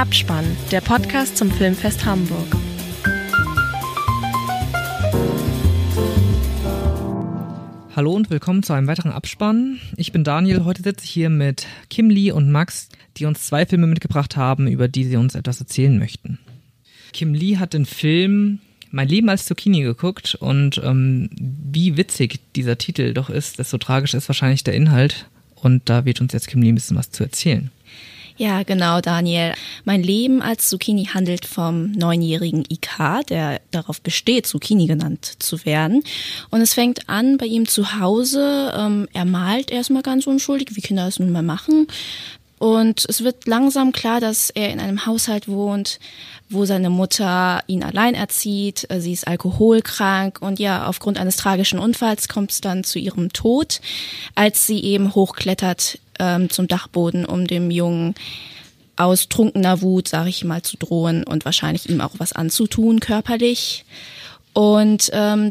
Abspann, der Podcast zum Filmfest Hamburg. Hallo und willkommen zu einem weiteren Abspann. Ich bin Daniel, heute sitze ich hier mit Kim Lee und Max, die uns 2 Filme mitgebracht haben, über die sie uns etwas erzählen möchten. Kim Lee hat den Film Mein Leben als Zucchini geguckt und wie witzig dieser Titel doch ist, desto tragisch ist wahrscheinlich der Inhalt. Und da wird uns jetzt Kim Lee ein bisschen was zu erzählen. Ja, genau, Daniel. Mein Leben als Zucchini handelt vom 9-jährigen IK, der darauf besteht, Zucchini genannt zu werden. Und es fängt an bei ihm zu Hause. Er malt erstmal ganz unschuldig, wie Kinder es nun mal machen. Und es wird langsam klar, dass er in einem Haushalt wohnt, wo seine Mutter ihn allein erzieht. Sie ist alkoholkrank und ja, aufgrund eines tragischen Unfalls kommt es dann zu ihrem Tod, als sie eben hochklettert zum Dachboden, um dem Jungen aus trunkener Wut, sage ich mal, zu drohen und wahrscheinlich ihm auch was anzutun, körperlich. Und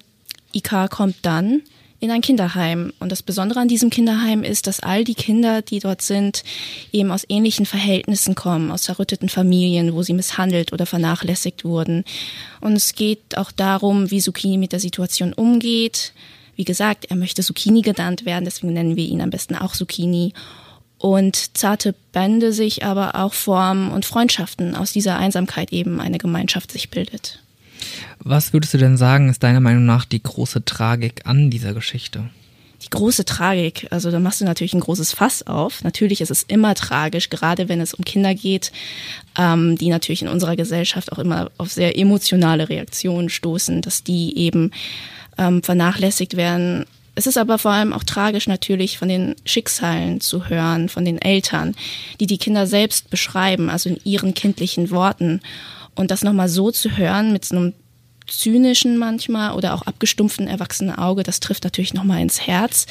Ika kommt dann in ein Kinderheim. Und das Besondere an diesem Kinderheim ist, dass all die Kinder, die dort sind, eben aus ähnlichen Verhältnissen kommen, aus zerrütteten Familien, wo sie misshandelt oder vernachlässigt wurden. Und es geht auch darum, wie Zucchini mit der Situation umgeht. Wie gesagt, er möchte Zucchini genannt werden, deswegen nennen wir ihn am besten auch Zucchini. Und zarte Bände sich aber auch formen und Freundschaften aus dieser Einsamkeit eben eine Gemeinschaft sich bildet. Was würdest du denn sagen, ist deiner Meinung nach die große Tragik an dieser Geschichte? Die große Tragik, also da machst du natürlich ein großes Fass auf. Natürlich ist es immer tragisch, gerade wenn es um Kinder geht, die natürlich in unserer Gesellschaft auch immer auf sehr emotionale Reaktionen stoßen, dass die eben vernachlässigt werden. Es ist aber vor allem auch tragisch natürlich von den Schicksalen zu hören, von den Eltern, die die Kinder selbst beschreiben, also in ihren kindlichen Worten. Und das nochmal so zu hören mit so einem zynischen manchmal oder auch abgestumpften erwachsenen Auge, das trifft natürlich nochmal ins Herz.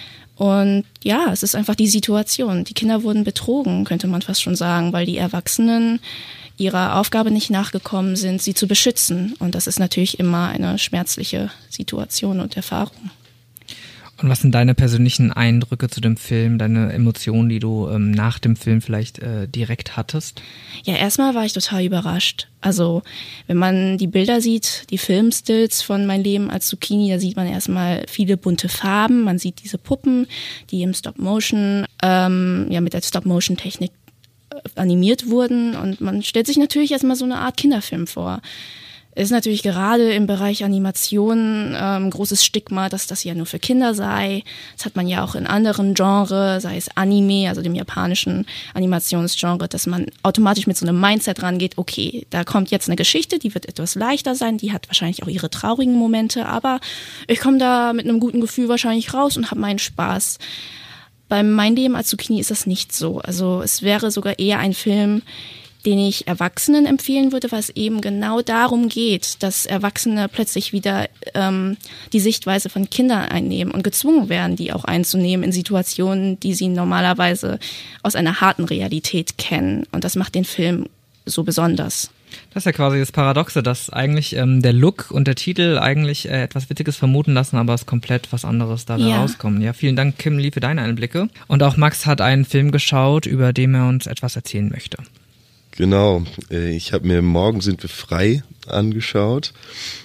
Und ja, es ist einfach die Situation. Die Kinder wurden betrogen, könnte man fast schon sagen, weil die Erwachsenen ihrer Aufgabe nicht nachgekommen sind, sie zu beschützen. Und das ist natürlich immer eine schmerzliche Situation und Erfahrung. Und was sind deine persönlichen Eindrücke zu dem Film, deine Emotionen, die du nach dem Film vielleicht direkt hattest? Ja, erstmal war ich total überrascht. Also wenn man die Bilder sieht, die Filmstills von Mein Leben als Zucchini, da sieht man erstmal viele bunte Farben. Man sieht diese Puppen, die im Stop-Motion, mit der Stop-Motion-Technik animiert wurden. Und man stellt sich natürlich erstmal so eine Art Kinderfilm vor. Es ist natürlich gerade im Bereich Animation ein großes Stigma, dass das ja nur für Kinder sei. Das hat man ja auch in anderen Genres, sei es Anime, also dem japanischen Animationsgenre, dass man automatisch mit so einem Mindset rangeht, okay, da kommt jetzt eine Geschichte, die wird etwas leichter sein, die hat wahrscheinlich auch ihre traurigen Momente, aber ich komme da mit einem guten Gefühl wahrscheinlich raus und habe meinen Spaß. Bei Mein Leben als Zucchini ist das nicht so. Also es wäre sogar eher ein Film, den ich Erwachsenen empfehlen würde, weil es eben genau darum geht, dass Erwachsene plötzlich wieder die Sichtweise von Kindern einnehmen und gezwungen werden, die auch einzunehmen in Situationen, die sie normalerweise aus einer harten Realität kennen. Und das macht den Film so besonders. Das ist ja quasi das Paradoxe, dass eigentlich der Look und der Titel eigentlich etwas Witziges vermuten lassen, aber es komplett was anderes dabei rauskommt. Ja, vielen Dank, Kim Lee, für deine Einblicke. Und auch Max hat einen Film geschaut, über den er uns etwas erzählen möchte. Genau, ich habe mir Morgen sind wir frei angeschaut.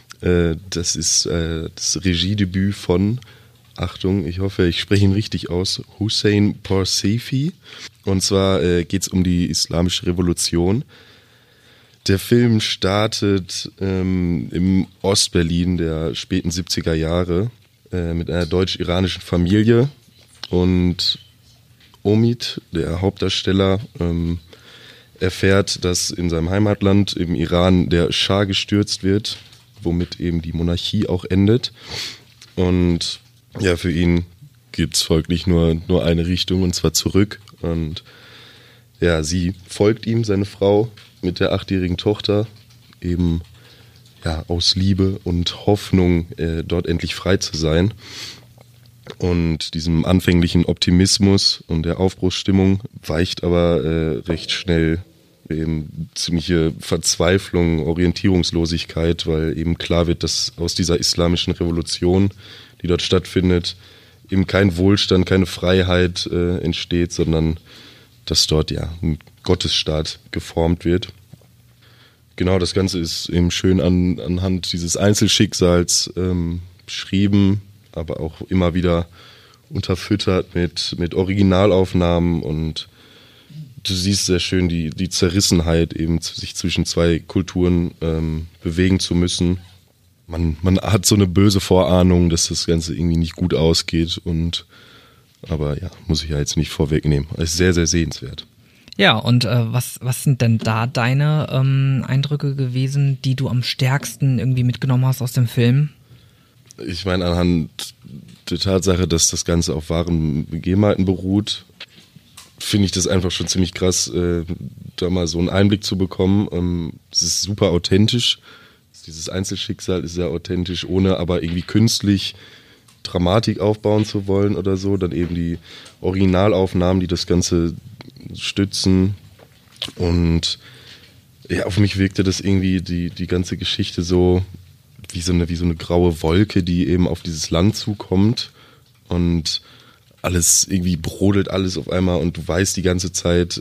Das ist das Regiedebüt von, Achtung, ich hoffe, ich spreche ihn richtig aus, Hussein Porsefi. Und zwar geht es um die Islamische Revolution. Der Film startet im Ostberlin der späten 70er Jahre mit einer deutsch-iranischen Familie. Und Omid, der Hauptdarsteller, erfährt, dass in seinem Heimatland im Iran der Schah gestürzt wird, womit eben die Monarchie auch endet. Und ja, für ihn gibt es folglich nur eine Richtung, und zwar zurück. Und ja, sie folgt ihm, seine Frau, mit der 8-jährigen Tochter, eben ja aus Liebe und Hoffnung, dort endlich frei zu sein. Und diesem anfänglichen Optimismus und der Aufbruchsstimmung weicht aber recht schnell eben ziemliche Verzweiflung, Orientierungslosigkeit, weil eben klar wird, dass aus dieser islamischen Revolution, die dort stattfindet, eben kein Wohlstand, keine Freiheit entsteht, sondern dass dort ja ein Gottesstaat geformt wird. Genau, das Ganze ist eben schön anhand dieses Einzelschicksals beschrieben, aber auch immer wieder unterfüttert mit Originalaufnahmen, und du siehst sehr schön die Zerrissenheit, eben sich zwischen zwei Kulturen bewegen zu müssen. Man hat so eine böse Vorahnung, dass das Ganze irgendwie nicht gut ausgeht, aber ja, muss ich ja jetzt nicht vorwegnehmen. Es ist sehr, sehr sehenswert. Ja, und was sind denn da deine Eindrücke gewesen, die du am stärksten irgendwie mitgenommen hast aus dem Film? Ich meine, anhand der Tatsache, dass das Ganze auf wahren Begebenheiten beruht, finde ich das einfach schon ziemlich krass, da mal so einen Einblick zu bekommen. Es ist super authentisch. Dieses Einzelschicksal ist sehr authentisch, ohne aber irgendwie künstlich Dramatik aufbauen zu wollen oder so. Dann eben die Originalaufnahmen, die das Ganze stützen. Und ja, auf mich wirkte das irgendwie die ganze Geschichte so wie so eine graue Wolke, die eben auf dieses Land zukommt, und alles irgendwie brodelt alles auf einmal, und du weißt die ganze Zeit,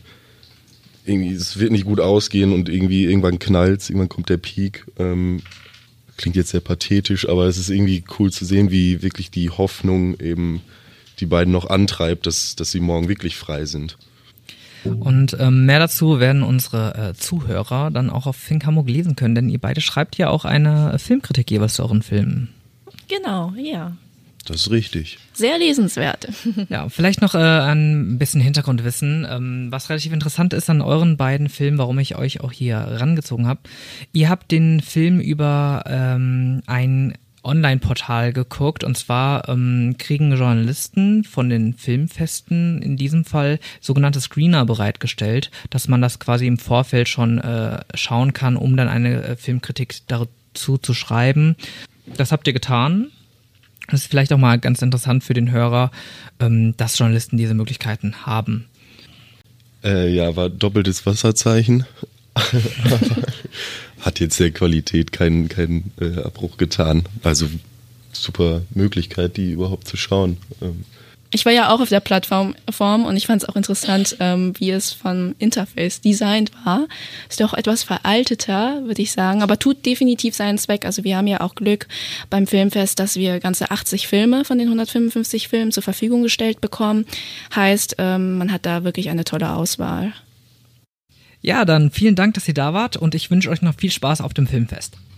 irgendwie, es wird nicht gut ausgehen, und irgendwann knallt's, irgendwann kommt der Peak. Klingt jetzt sehr pathetisch, aber es ist irgendwie cool zu sehen, wie wirklich die Hoffnung eben die beiden noch antreibt, dass sie morgen wirklich frei sind. Und mehr dazu werden unsere Zuhörer dann auch auf Think Hamburg lesen können, denn ihr beide schreibt ja auch eine Filmkritik jeweils zu euren Filmen. Genau, ja. Das ist richtig. Sehr lesenswert. Ja, vielleicht noch ein bisschen Hintergrundwissen, was relativ interessant ist an euren beiden Filmen, warum ich euch auch hier rangezogen habe. Ihr habt den Film über ein Online-Portal geguckt, und zwar kriegen Journalisten von den Filmfesten in diesem Fall sogenannte Screener bereitgestellt, dass man das quasi im Vorfeld schon schauen kann, um dann eine Filmkritik dazu zu schreiben. Das habt ihr getan. Das ist vielleicht auch mal ganz interessant für den Hörer, dass Journalisten diese Möglichkeiten haben. Ja, war doppeltes Wasserzeichen. Hat jetzt der Qualität keinen Abbruch getan. Also super Möglichkeit, die überhaupt zu schauen. Ich war ja auch auf der Plattform und ich fand es auch interessant, wie es vom Interface designt war. Ist doch etwas veralteter, würde ich sagen, aber tut definitiv seinen Zweck. Also wir haben ja auch Glück beim Filmfest, dass wir ganze 80 Filme von den 155 Filmen zur Verfügung gestellt bekommen. Heißt, man hat da wirklich eine tolle Auswahl. Ja, dann vielen Dank, dass ihr da wart, und ich wünsche euch noch viel Spaß auf dem Filmfest.